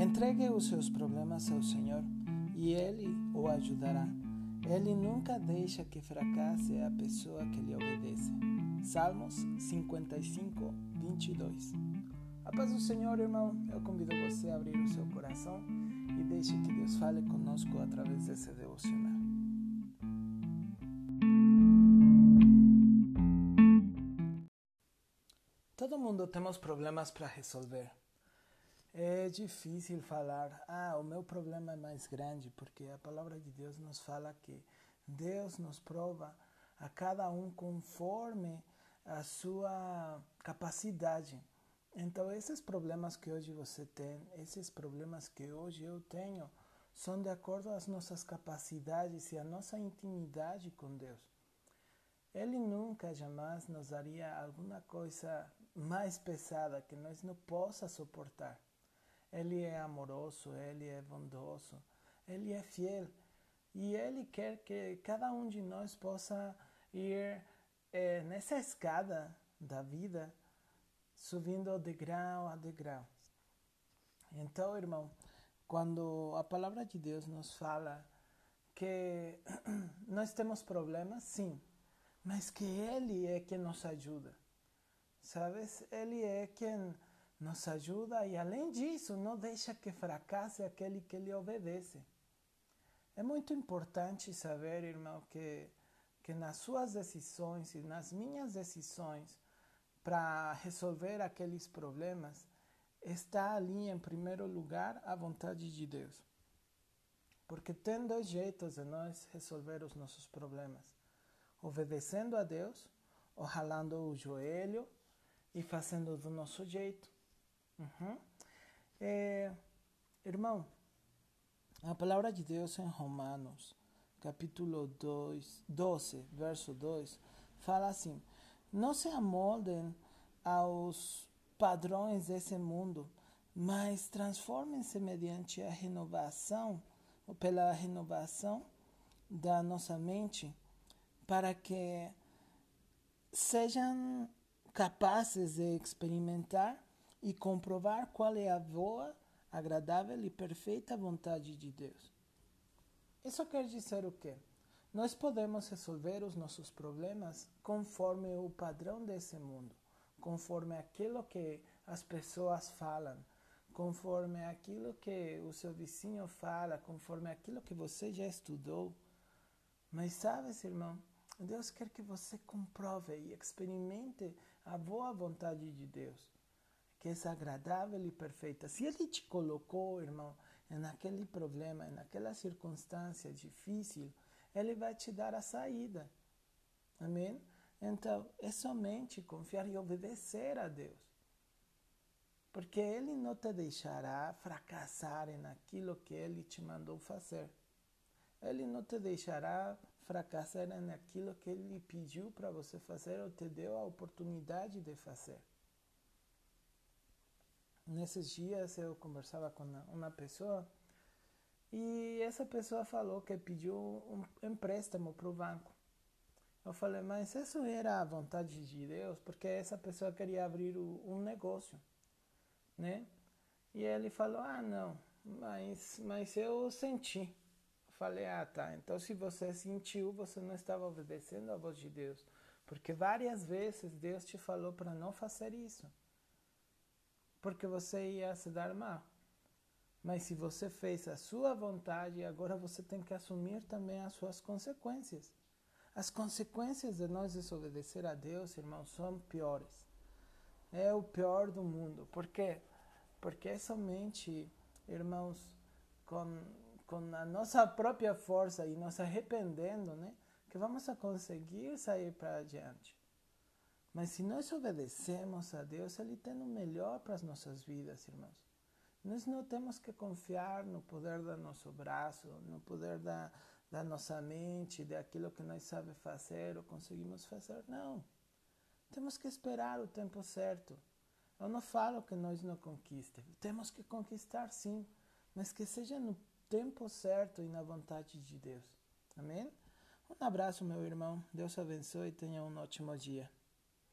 Entregue os seus problemas ao Senhor e Ele o ajudará. Ele nunca deixa que fracasse a pessoa que lhe obedece. Salmos 55, 22. A paz do Senhor, irmão. Eu convido você a abrir o seu coração e deixe que Deus fale conosco através desse devocional. Todo mundo temos problemas para resolver. É difícil falar, o meu problema é mais grande, porque a palavra de Deus nos fala que Deus nos prova a cada um conforme a sua capacidade. Então, esses problemas que hoje você tem, esses problemas que hoje eu tenho, são de acordo às nossas capacidades e à nossa intimidade com Deus. Ele nunca, jamais nos daria alguma coisa mais pesada que nós não possa suportar. Ele é amoroso, Ele é bondoso, Ele é fiel. E Ele quer que cada um de nós possa ir nessa escada da vida, subindo degrau a degrau. Então, irmão, quando a palavra de Deus nos fala que nós temos problemas, sim, mas que Ele é quem nos ajuda. Sabes? Ele é quem nos ajuda e, além disso, não deixa que fracasse aquele que lhe obedece. É muito importante saber, irmão, que nas suas decisões e nas minhas decisões para resolver aqueles problemas, está ali, em primeiro lugar, a vontade de Deus. Porque tem dois jeitos de nós resolver os nossos problemas. Obedecendo a Deus, ou ralando o joelho e fazendo do nosso jeito. Irmão, a palavra de Deus em Romanos, capítulo 12, verso 2, fala assim: não se amoldem aos padrões desse mundo, mas transformem-se mediante a renovação, ou pela renovação da nossa mente, para que sejam capazes de experimentar e comprovar qual é a boa, agradável e perfeita vontade de Deus. Isso quer dizer o quê? Nós podemos resolver os nossos problemas conforme o padrão desse mundo, conforme aquilo que as pessoas falam, conforme aquilo que o seu vizinho fala, conforme aquilo que você já estudou. Mas sabes, irmão, Deus quer que você comprove e experimente a boa vontade de Deus, que é agradável e perfeita. Se Ele te colocou, irmão, naquele problema, naquela circunstância difícil, Ele vai te dar a saída. Amém? Então, é somente confiar e obedecer a Deus. Porque Ele não te deixará fracassar naquilo que Ele te mandou fazer. Ele não te deixará fracassar naquilo que Ele pediu para você fazer ou te deu a oportunidade de fazer. Nesses dias eu conversava com uma pessoa e essa pessoa falou que pediu um empréstimo para o banco. Eu falei, mas isso era a vontade de Deus? Porque essa pessoa queria abrir um negócio, né? E ele falou, não, mas eu senti. Eu falei, tá, então se você sentiu, você não estava obedecendo à voz de Deus. Porque várias vezes Deus te falou para não fazer isso, porque você ia se dar mal. Mas se você fez a sua vontade, agora você tem que assumir também as suas consequências. As consequências de nós desobedecer a Deus, irmãos, são piores. É o pior do mundo. Por quê? Porque é somente, irmãos, com a nossa própria força e nos arrependendo, né, que vamos a conseguir sair para adiante. Mas se nós obedecemos a Deus, Ele tem o melhor para as nossas vidas, irmãos. Nós não temos que confiar no poder do nosso braço, no poder da nossa mente, daquilo que nós sabemos fazer ou conseguimos fazer. Não. Temos que esperar o tempo certo. Eu não falo que nós não conquistemos. Temos que conquistar, sim, mas que seja no tempo certo e na vontade de Deus. Amém? Um abraço, meu irmão. Deus abençoe e tenha um ótimo dia.